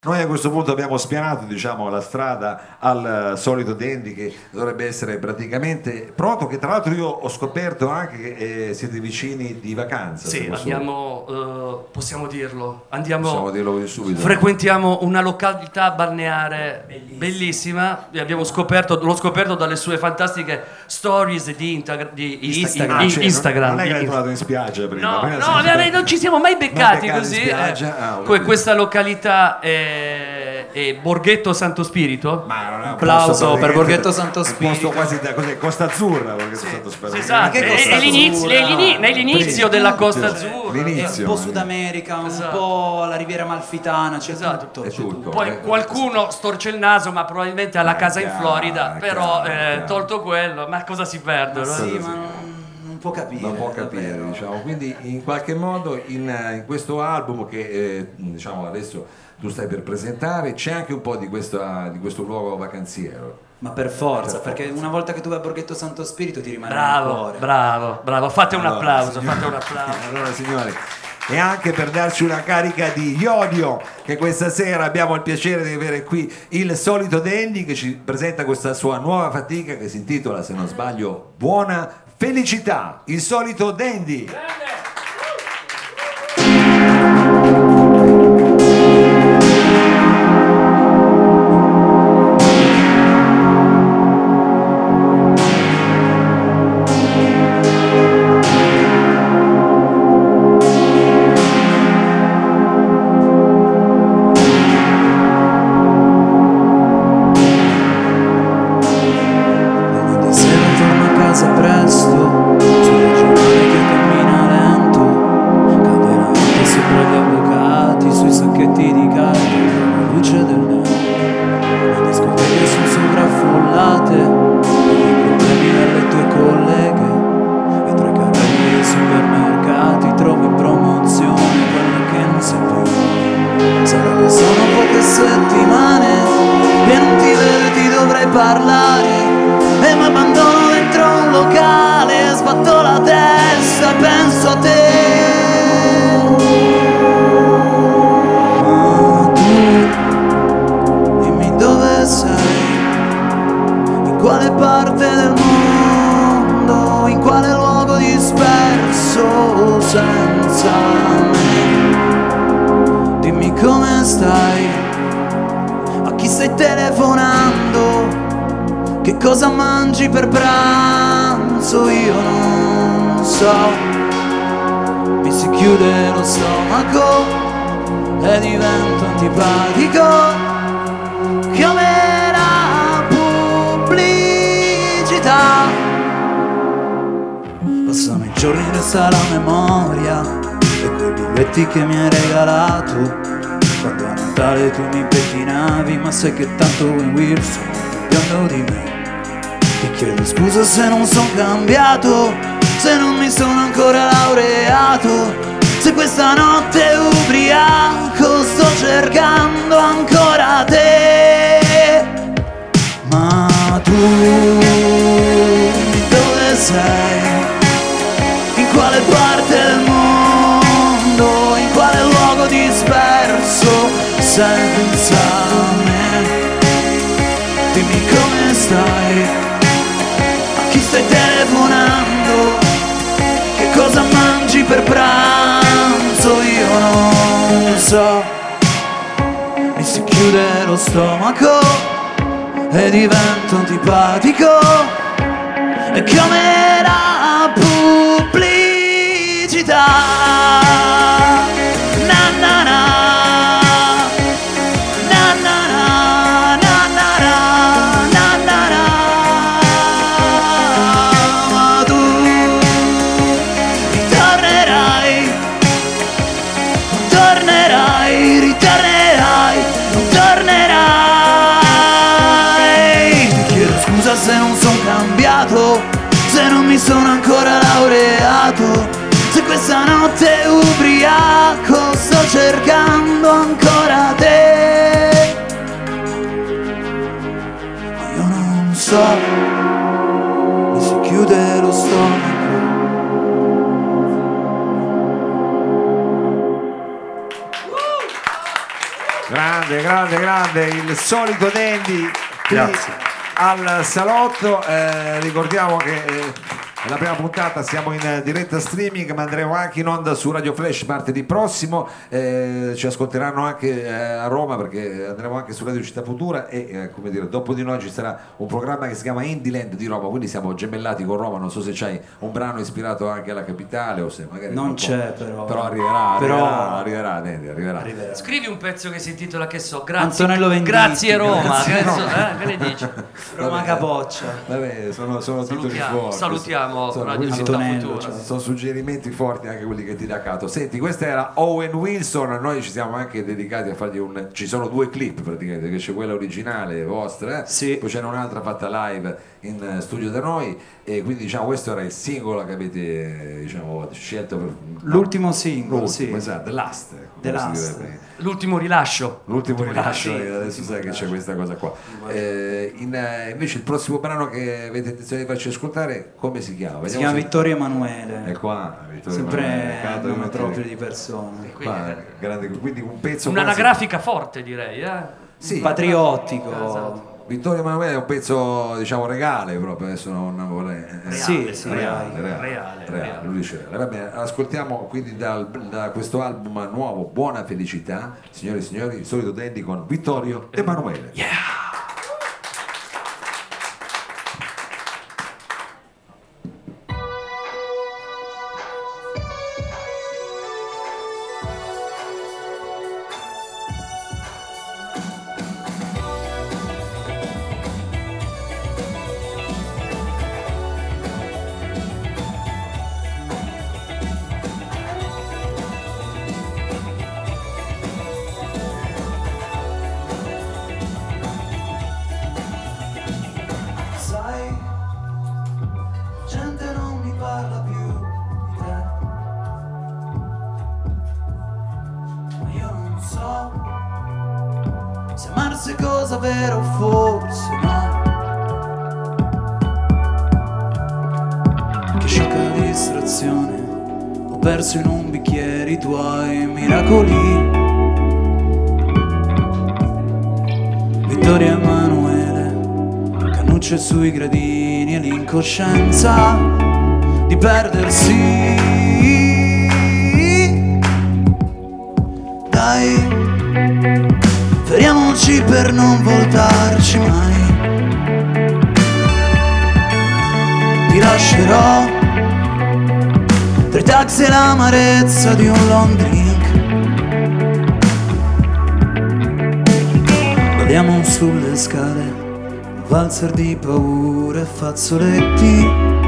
Noi a questo punto abbiamo spianato, diciamo, la strada al solito Dandy, che dovrebbe essere praticamente pronto, che tra l'altro io ho scoperto anche che siete vicini di vacanza. Sì, andiamo, possiamo dirlo, andiamo, possiamo dirlo subito. Frequentiamo una località balneare bellissima. L'ho scoperto dalle sue fantastiche stories di Instagram. Non è che l'hai trovato in spiaggia prima? No, non ci siamo mai beccati così. Questa località è Borghetto Santo Spirito. Ma non è un applauso per Borghetto Santo Spirito. Un posto quasi da Costa Azzurra, Borghetto Santo Spirito. Esatto, è l'inizio della Costa Azzurra. Un po' Sud America, un po' la Riviera Amalfitana, c'è tutto. È tutto. Poi qualcuno storce il naso, ma probabilmente ha la casa in Florida. Però tolto quello, ma cosa si perde? Sì, ma non può capire. Non può capire, diciamo. Quindi in qualche modo in questo album che diciamo adesso tu stai per presentare, c'è anche un po' di questo luogo vacanziero. Ma per forza, perché una volta che tu vai a Borghetto Santo Spirito ti rimane nel cuore. Bravo, fate un applauso. Allora signori, e anche per darci una carica di iodio, che questa sera abbiamo il piacere di avere qui il solito Dandy, che ci presenta questa sua nuova fatica che si intitola, se non sbaglio, Buona Felicità. Il solito Dandy. Cosa mangi per pranzo? Io non so. Mi si chiude lo stomaco e divento antipatico come la pubblicità. Passano i giorni, resta la memoria e quei biglietti che mi hai regalato. Quando a Natale tu mi pettinavi, ma sai che tanto Win Wilson più di me. Ti chiedo scusa se non sono cambiato, se non mi sono ancora laureato, se questa notte ubriaco sto cercando ancora te. Ma tu dove sei? In quale parte del mondo? In quale luogo disperso sei senza me? Dimmi come stai. Chi stai telefonando? Che cosa mangi per pranzo? Io non so. Mi si chiude lo stomaco e divento antipatico e come la pubblicità. Na na na. Se non sono cambiato, se non mi sono ancora laureato, se questa notte ubriaco sto cercando ancora te. Ma io non so, mi si chiude lo stomaco. Grande. grande, il solito Dandy. Grazie. Al salotto, ricordiamo che la prima puntata siamo in diretta streaming, ma andremo anche in onda su Radio Flash martedì prossimo, ci ascolteranno anche a Roma perché andremo anche su Radio Città Futura e come dire, dopo di noi ci sarà un programma che si chiama Indieland di Roma, quindi siamo gemellati con Roma. Non so se c'hai un brano ispirato anche alla capitale o se magari non c'è, però arriverà. Scrivi un pezzo che si intitola, che so, grazie, Antonello Venditti, grazie Roma, grazie che ne dici? Roma Capoccia. Vabbè, sono titoli forti. Salutiamo Radio Città Futura. Sono suggerimenti forti anche quelli che ti dà Cato. Senti, questa era Owen Wilson, noi ci siamo anche dedicati a fargli ci sono 2 clip praticamente, che c'è quella originale vostra, sì. Poi c'è un'altra fatta live in studio da noi e quindi diciamo questo era il singolo che avete scelto per l'ultimo singolo, sì. Esatto, The Last. L'ultimo rilascio. Adesso sai che c'è questa cosa qua. Invece il prossimo brano che avete intenzione di farci ascoltare, come si chiama? Si chiama Vittorio Emanuele. È qua, sempre il nome proprio di persone. Quindi un pezzo un'anagrafica forte, direi, Sì, patriottico. Esatto. Vittorio Emanuele è un pezzo, diciamo, regale proprio, adesso non vorrei... Reale. Lui dice, va bene, ascoltiamo quindi da questo album nuovo, Buona Felicità, signore e signori, il solito Dandy con Vittorio Emanuele. Yeah! Cosa vero, forse no. Che sciocca distrazione ho perso in un bicchiere i tuoi miracoli. Vittorio Emanuele, cannucce sui gradini e l'incoscienza di perdersi. Dai, fermiamoci per non voltarci mai. Ti lascerò tra i taxi e l'amarezza di un long drink. Balliamo sulle scale, un valzer di paure e fazzoletti.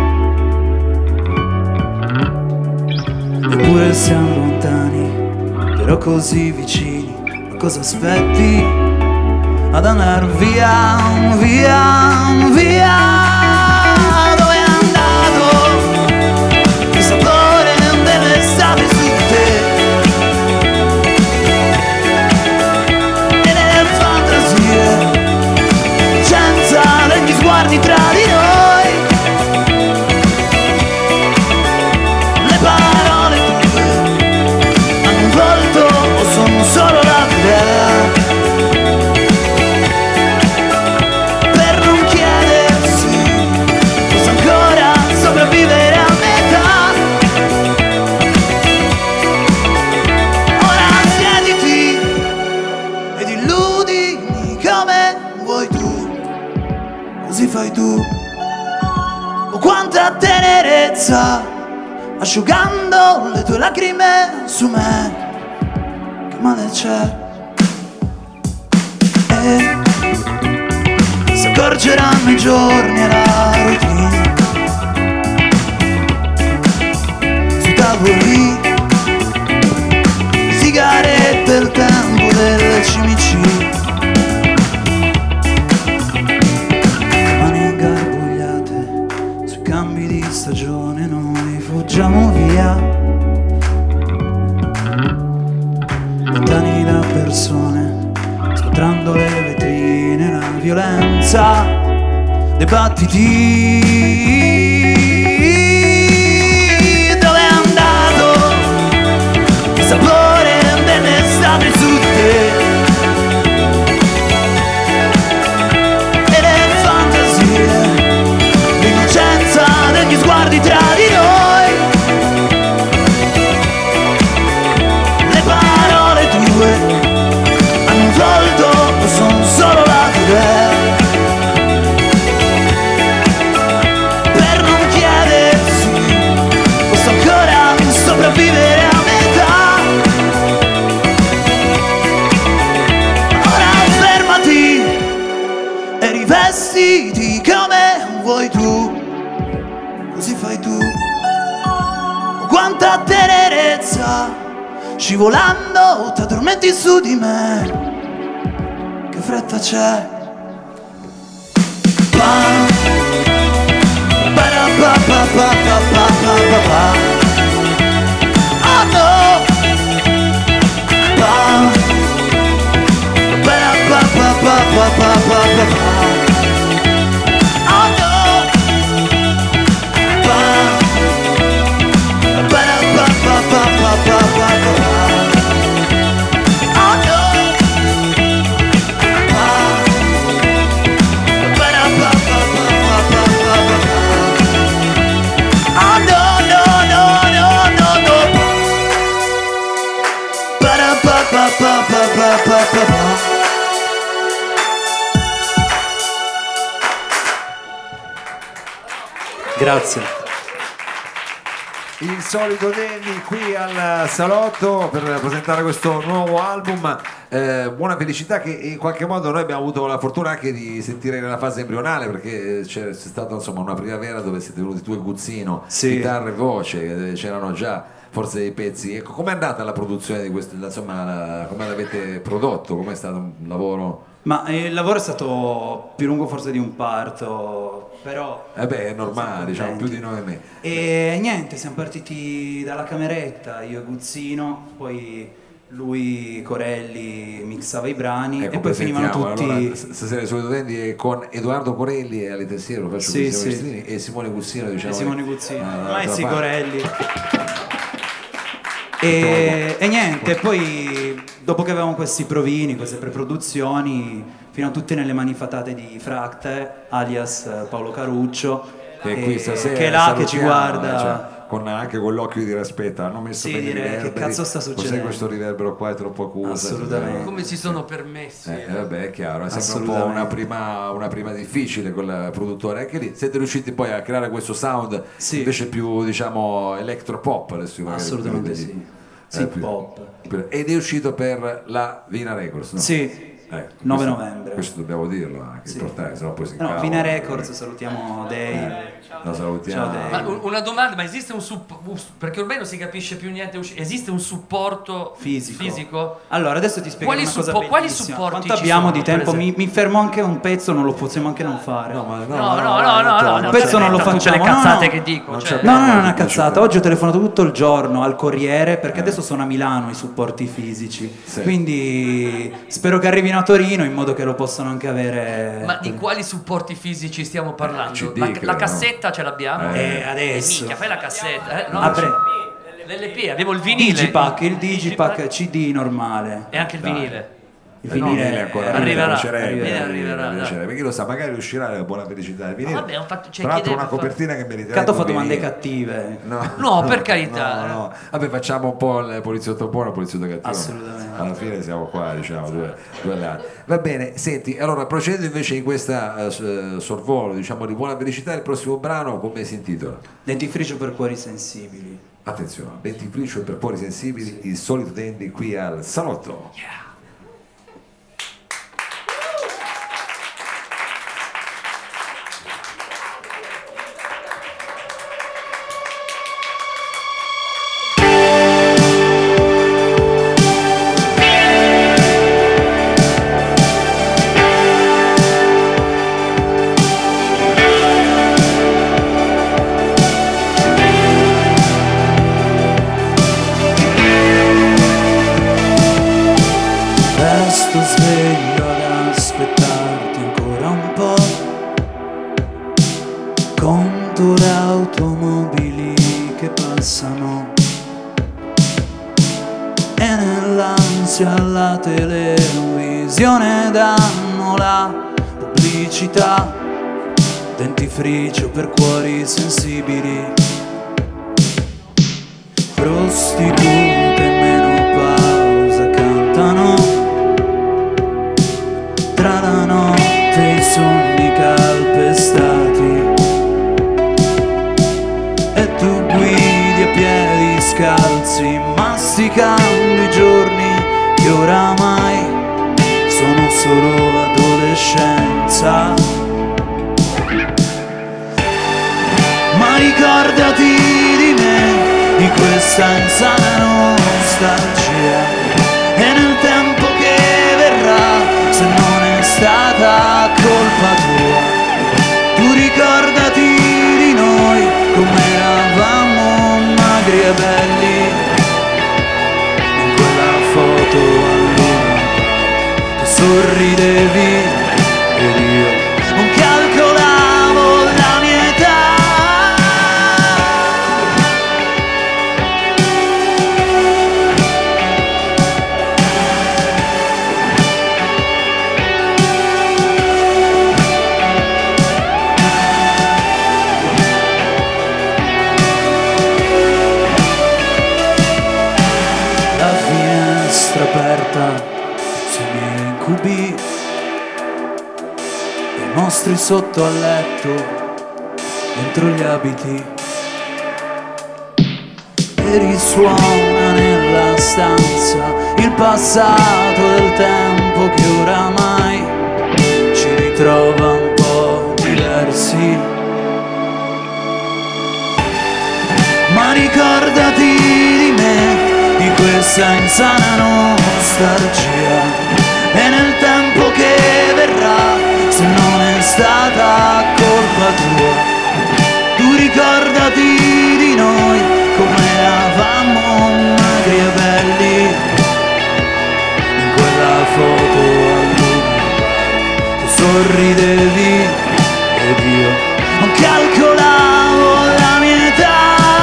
Eppure siamo lontani, però così vicini. Cosa aspetti ad andar via, via, via? Dove è andato il sapore dell'estate su te e nelle fantasie, senza degli sguardi tra di noi? Le parole tue hanno un volto o sono solo la per non chiedersi posso ancora sopravvivere a metà. Ora siediti ed illudimi come vuoi tu, così fai tu. Con quanta tenerezza, asciugando le tue lacrime su me. Che male c'è? Si accorgeranno i giorni e la routine sui tavoli, sigarette, il tempo delle CMC, mani ingarbugliate sui cambi di stagione. Noi fuggiamo via, lontani da persone, scontrando le vetrine, la violenza dei battiti. Dove è andato il sapore dell'estate su te fai tu. Quanta tenerezza, scivolando t'addormenti su di me. Che fretta c'è? Pa, para pa pa pa pa pa pa pa pa. Oh no. Pa, para pa pa pa pa pa pa pa pa. Oh no. Pa, para pa pa pa pa pa pa pa. Oh no. Pa, para pa pa pa pa pa pa pa. Oh no no no no no no. Para pa pa pa pa pa pa pa pa. Grazie. Il solito Danny qui al salotto per presentare questo nuovo album. Buona felicità, che in qualche modo noi abbiamo avuto la fortuna anche di sentire nella fase embrionale, perché c'è stata insomma una primavera dove siete venuti tu e Guzzino, sì, chitarra e voce, c'erano già forse dei pezzi. Ecco, com'è andata la produzione di questo, insomma, come l'avete prodotto? Com'è stato un lavoro? Ma il lavoro è stato più lungo forse di un parto, però... È normale, diciamo, più di 9 mesi. E niente, siamo partiti dalla cameretta, io e Guzzino, poi lui, Corelli, mixava i brani, ecco, e poi finivano tutti... Allora, stasera il solito Danny è con Edoardo Corelli alle tastiere, lo faccio sì, sì. E Simone Guzzino, diciamo. E Simone Guzzino, Maestri Corelli. E niente, poi dopo che avevamo questi provini, queste preproduzioni, fino a tutti nelle mani fatate di Fracte, alias Paolo Caruccio, che qui stasera che è là che ci guarda, cioè, anche con l'occhio di rispetto hanno messo sì, direi, che cazzo sta succedendo? Cos'è questo riverbero qua? È troppo acuto. Assolutamente. Come si sono permessi? Vabbè, è chiaro, è sempre un po' una prima difficile con il produttore. Anche lì siete riusciti poi a creare questo sound, sì, invece più, diciamo, electropop adesso. Assolutamente sì. Sì, pop. Ed è uscito per la Vina Records, no? Sì. 9 novembre. Questo dobbiamo dirlo anche, sì, importante, sennò poi si incavola. Vina Records, salutiamo Dave. Lo salutiamo. Ciao, Dave. Ma una domanda, ma esiste un perché ormai non si capisce più niente, esiste un supporto fisico? Allora, adesso ti spiego una cosa bellissima. Quali supporti quanto abbiamo di tempo? Mi fermo anche un pezzo, non lo possiamo anche non fare. No, un pezzo non lo facciamo. Tutte le cazzate che dico. No, non è una cazzata. Oggi ho telefonato tutto il giorno al Corriere, perché adesso sono a Milano i supporti fisici. Sì. Quindi spero che arrivino a Torino in modo che lo possano anche avere. Ma di quali supporti fisici stiamo parlando? La cassetta ce l'abbiamo? Adesso. Minchia, fai la cassetta. No, l'LP, abbiamo il vinile. Il Digipack CD normale. E anche il vinile. Il vinile ancora arriverà. Perché lo sa, magari uscirà la buona felicità il vinile. Vabbè, tra l'altro una copertina che meriterebbe. Tanto fa domande cattive. No, per carità. No. Vabbè, facciamo un po' il poliziotto buono, il poliziotto cattivo. Assolutamente. Alla fine siamo qua, diciamo, due all'anno. Va bene, senti, allora procedendo invece in questa sorvolo, diciamo, di buona felicità, il prossimo brano come si intitola? Dentifricio per cuori sensibili. Attenzione, dentifricio per cuori sensibili, il solito Danny qui al salotto. Yeah. Alla televisione danno la pubblicità, dentifricio per cuori sensibili, prostitute in menopausa cantano tra la notte i sogni calpestati, e tu guidi a piedi scalzi masticando i giorni che oramai sono solo adolescenza. ricordati di me, di questa insana nostalgia, e nel tempo che verrà, se non è stata colpa tua, tu ricordati di noi come eravamo magri e belli, in quella foto a luna tu sorridevi ed io non calcolavo la mia età. Aperta sui miei incubi, i mostri sotto al letto, dentro gli abiti, e risuona nella stanza il passato del tempo che oramai ci ritrova un po' diversi. Ma ricordati di me, di questa insana nostalgia, e nel tempo che verrà, se non è stata colpa tua, tu ricordati di noi come eravamo magri e belli, in quella foto a luna tu sorridevi ed io non calcolavo la mia età.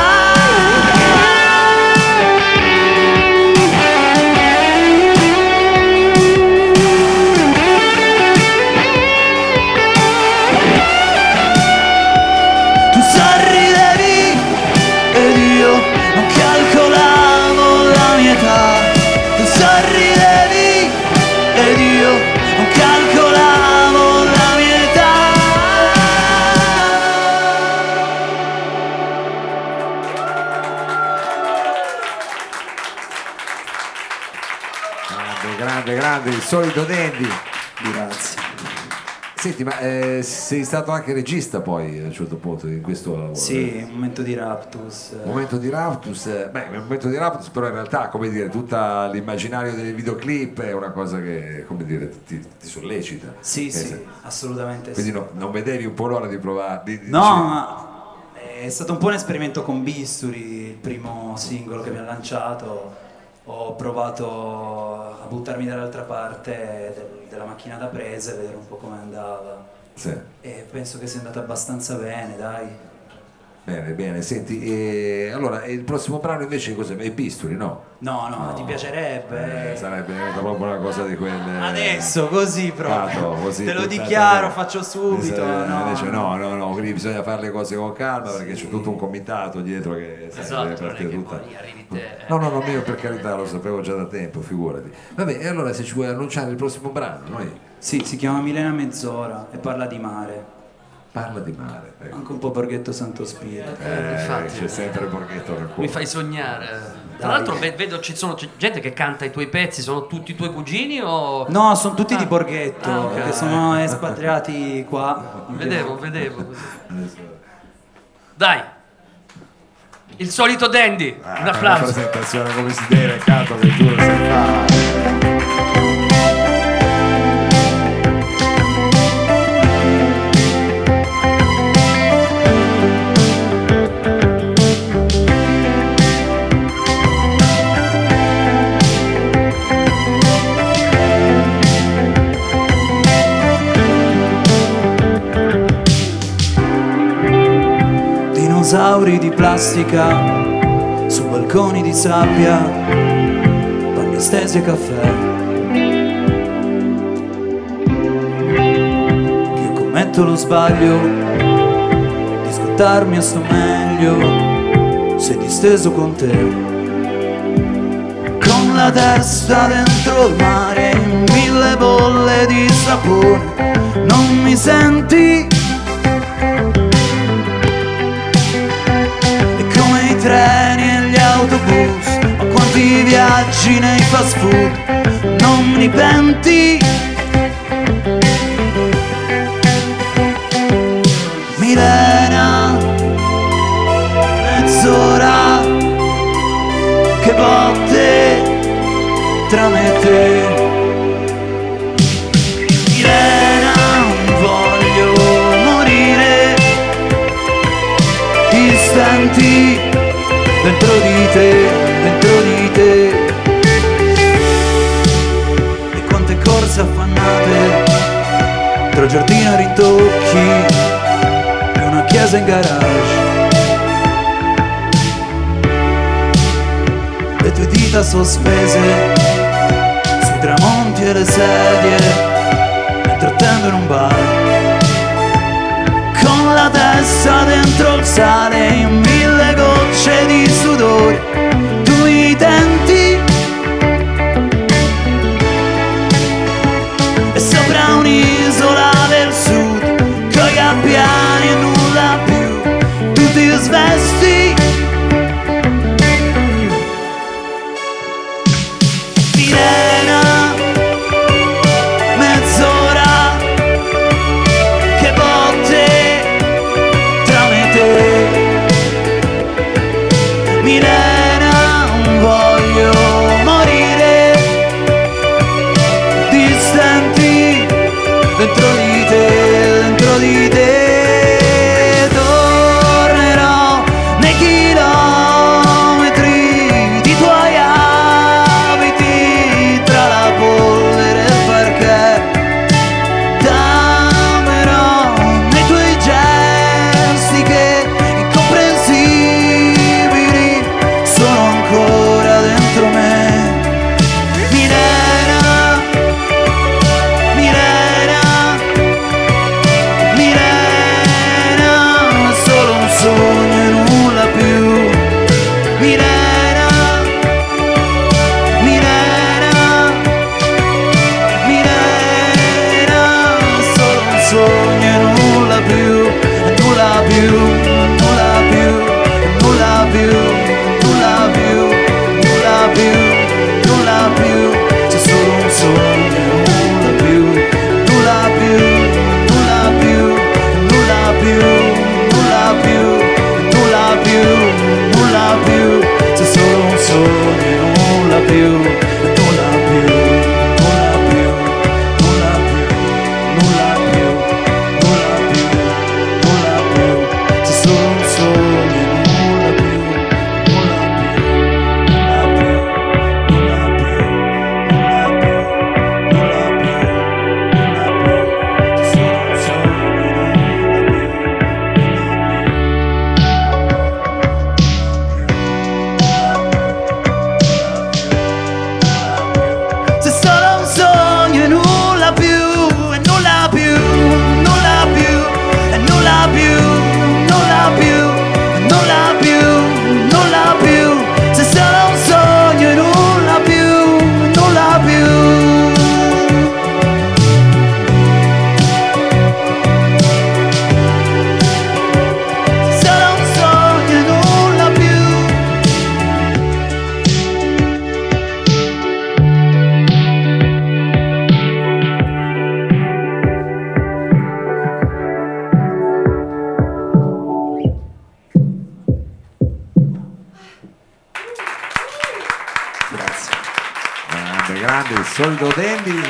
Grande, il solito Dandy. Grazie. Senti, ma sei stato anche regista poi a un certo punto in questo lavoro? Sì, un momento di raptus. Momento di raptus, un momento di raptus, però in realtà, come dire, tutto l'immaginario dei videoclip è una cosa che, come dire, ti sollecita. Sì, assolutamente. Quindi sì. No, non vedevi un po' l'ora di provare? No, ma è stato un po' un esperimento con Bisturi, il primo singolo che mi ha lanciato. Ho provato a buttarmi dall'altra parte della macchina da presa e vedere un po' come andava. Sì. E penso che sia andata abbastanza bene, dai. Bene, senti, allora il prossimo brano invece cos'è? È Bisturi, no? No, ti piacerebbe? Sarebbe proprio una cosa di quelle... Adesso, così proprio. Così, te lo dichiaro, faccio subito. Invece no, quindi bisogna fare le cose con calma perché c'è tutto un comitato dietro che esatto, non è che tutta... poi arrivi te. No, io per carità lo sapevo già da tempo, figurati. Vabbè, e allora se ci vuoi annunciare il prossimo brano, noi... Sì, si chiama Milena Mezz'ora e parla di mare. Parla di mare, ecco. Anche un po' Borghetto Santo Spirito. Infatti, c'è sempre Borghetto nel cuore. mi fai sognare. Tra l'altro vedo c'è gente che canta i tuoi pezzi, sono tutti i tuoi cugini o... No, sono tutti di Borghetto, okay. che sono espatriati qua. Vedevo così. Dai, il solito Dandy, un applauso. Una presentazione come si deve, Cato, che giuro si fa. Dinosauri di plastica su balconi di sabbia, panni stesi e caffè. Io commetto lo sbaglio di scottarmi a sto meglio se disteso con te, con la testa dentro il mare in 1000 bolle di sapone. Non mi senti? Treni e gli autobus, ma quanti viaggi nei fast food, non mi penti? Milena, dentro di te, dentro di te. E quante corse affannate tra giardino e ritocchi e una chiesa in garage. Le tue dita sospese sui tramonti e le sedie mentre attendo in un bar, con la testa dentro il sale in 1000 gocce di sudore, tu i denti e sopra un'isola del sud coi gabbiani e nulla più, tu ti svesti sirena, mezz'ora che botte tra me e te. Milena, voglio morire distanti dentro di te, dentro di te. Tornerò nei chilometri di tuoi abiti tra la polvere e il parquet. T'amerò nei tuoi gesti che incomprensibili sono ancora dentro me. Milena, Milena, Milena, è solo un sogno e nulla più. Milena, Milena, Milena, è solo un sogno e nulla più, e nulla più, nulla più, nulla più, nulla più, nulla più, nulla più, c'è solo un sogno e nulla più, nulla più, nulla più, nulla più, nulla più, nulla più, nulla più, c'è solo un sogno e nulla più, nulla più, nulla più, nulla più, nulla più, nulla più, nulla più, c'è solo un sogno e nulla più, nulla più, nulla più, nulla più, nulla più, nulla più, nulla più, c'è solo un sogno e nulla più, c'è solo un sogno e nulla più, e nulla più, nulla più, e nulla più, nulla più, e nulla più, nulla più, c'è solo un sogno e nulla più, nulla più. Solo un sogno e nulla più. Grazie. Grande, grande, il solito Dandy.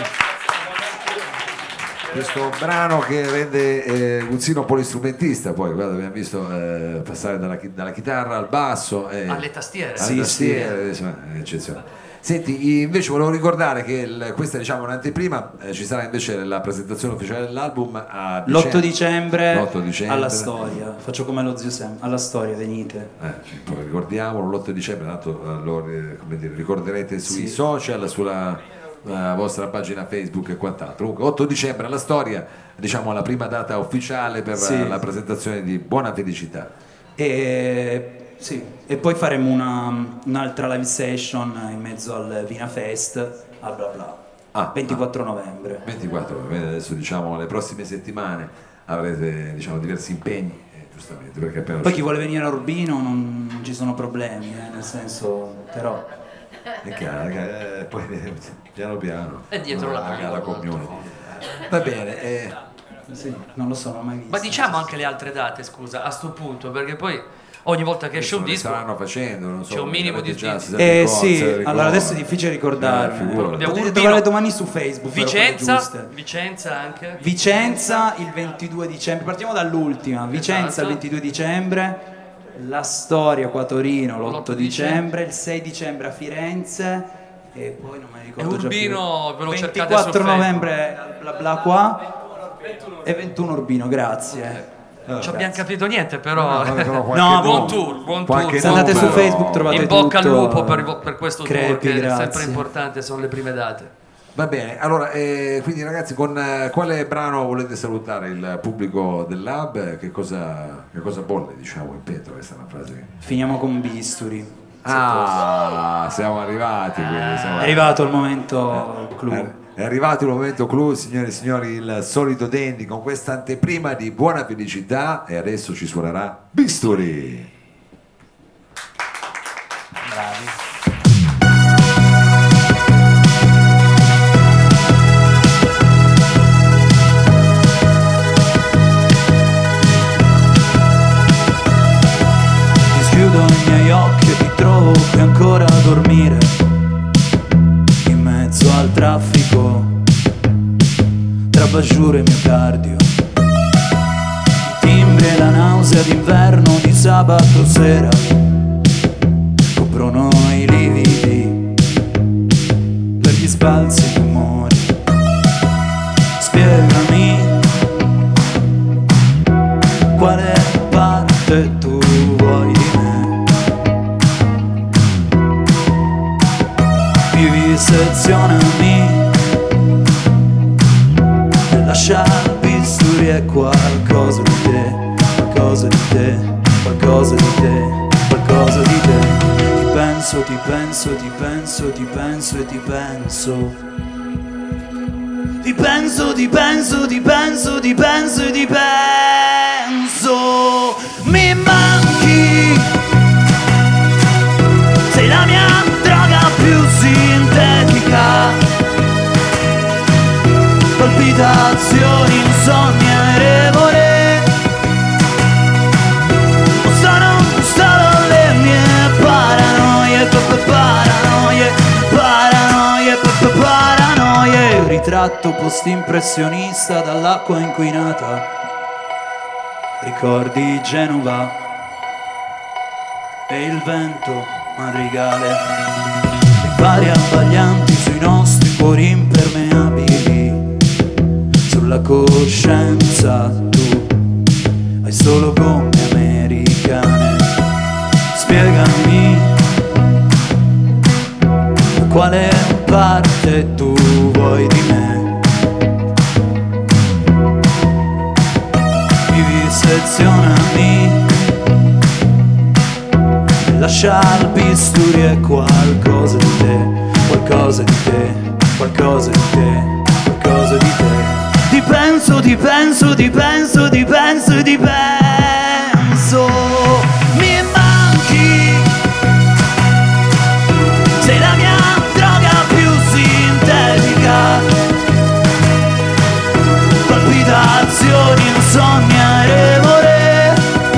Questo brano che rende Guzzino polistrumentista, poi guarda, abbiamo visto passare dalla chitarra al basso alle tastiere. alle tastiere, insomma, è eccezionale. Senti, invece volevo ricordare che questa diciamo un'anteprima, ci sarà invece la presentazione ufficiale dell'album a L'8 dicembre, l'8 dicembre alla Storia, faccio come lo zio Sam, alla Storia venite. poi ricordiamolo, l'8 dicembre, tanto come dire, ricorderete sui Sì. social, sulla vostra pagina Facebook e quant'altro. Comunque 8 dicembre alla Storia, diciamo la prima data ufficiale per Sì. la presentazione di Buona Felicità. E, sì, e poi faremo un'altra live session in mezzo al Vina Fest al bla bla. 24 novembre. 24, adesso diciamo le prossime settimane avrete diciamo diversi impegni, giustamente, perché appena Poi chi vuole venire a Urbino non ci sono problemi, nel senso, però è chiaro, poi piano piano È dietro la community. Va bene, sì, non lo so, non ho mai visto. Ma diciamo anche le altre date, scusa, a sto punto, perché poi ogni volta che esce un le disco staranno facendo, non so, c'è un minimo di già sì, allora adesso è difficile ricordarmi. Abbiamo Potete Urbino, trovare domani su Facebook. però quelle giuste. Vicenza anche. Vicenza il 22 dicembre, partiamo dall'ultima. Vicenza Esatto. il 22 dicembre, La Storia qua a Torino l'8 dicembre, il 6 dicembre a Firenze e poi non mi ricordo già più. Urbino, ve lo cercate 24 novembre al bla bla qua e 21 Urbino, grazie. Non ci abbiamo capito niente, però no, buon tour. Se andate su Facebook trovate in tutto. bocca al lupo per questo tour che grazie. è sempre importante, sono le prime date. Va bene, allora quindi ragazzi, con quale brano volete salutare il pubblico del Lab? Che cosa bolle, diciamo, in Pietro? Questa è una frase che... Finiamo con Bisturi. Siamo arrivati, quindi È arrivato il momento clou. È arrivato il momento clou, signore e signori, il solito Dandy con questa anteprima di Buona Felicità, e adesso ci suonerà Bisturi. Bravi. Ti schiudo i miei occhi e ti trovo qui ancora a dormire in mezzo al traffico tra Bajur e miocardio, i timbri e la nausea d'inverno di sabato sera coprono i lividi per gli sbalzi d'umore. Spiegami quale parte tu vuoi di me. Vivisezionami e lascia il bisturi e qualcosa di te, qualcosa di te, qualcosa di te, qualcosa di te. Ti penso, ti penso, ti penso, ti penso e ti penso. Ti penso, ti penso, ti penso, ti penso e ti penso. Mi manchi, sei la mia droga più sintetica. Palpitazioni, insonnia e remore. O sono solo le mie paranoie, paranoie, paranoie, paranoie. Un ritratto post-impressionista dall'acqua inquinata. Ricordi Genova e il vento madrigale. Ripari abbaglianti sui nostri cuori impermeabili. Sulla coscienza tu hai solo gomme americane. Spiegami quale parte tu vuoi di me. Vivisezionami e lascia il bisturi e qualcosa di te, qualcosa di te, qualcosa di te, qualcosa di te. Ti penso, ti penso, ti penso, ti penso, ti penso. Mi manchi, sei la mia droga più sintetica. Palpitazioni, insonnia e remore.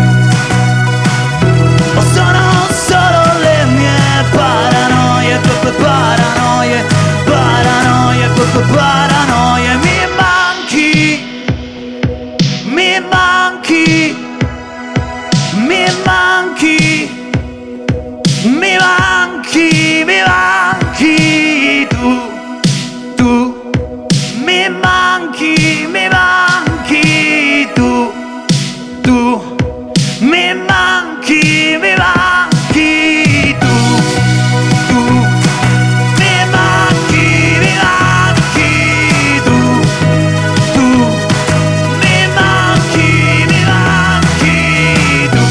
O sono solo le mie paranoie, paranoie, paranoie, paranoie. Mi manchi, mi manchi, mi manchi, mi manchi, mi manchi tu, tu, mi manchi, mi manchi tu, tu, mi manchi, mi manchi tu, tu, mi manchi, mi manchi tu, tu, mi manchi, mi manchi tu,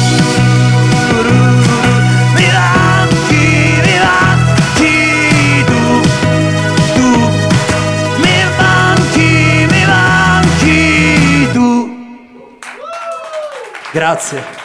mi manchi, mi manchi tu, tu, mi manchi tu. Grazie.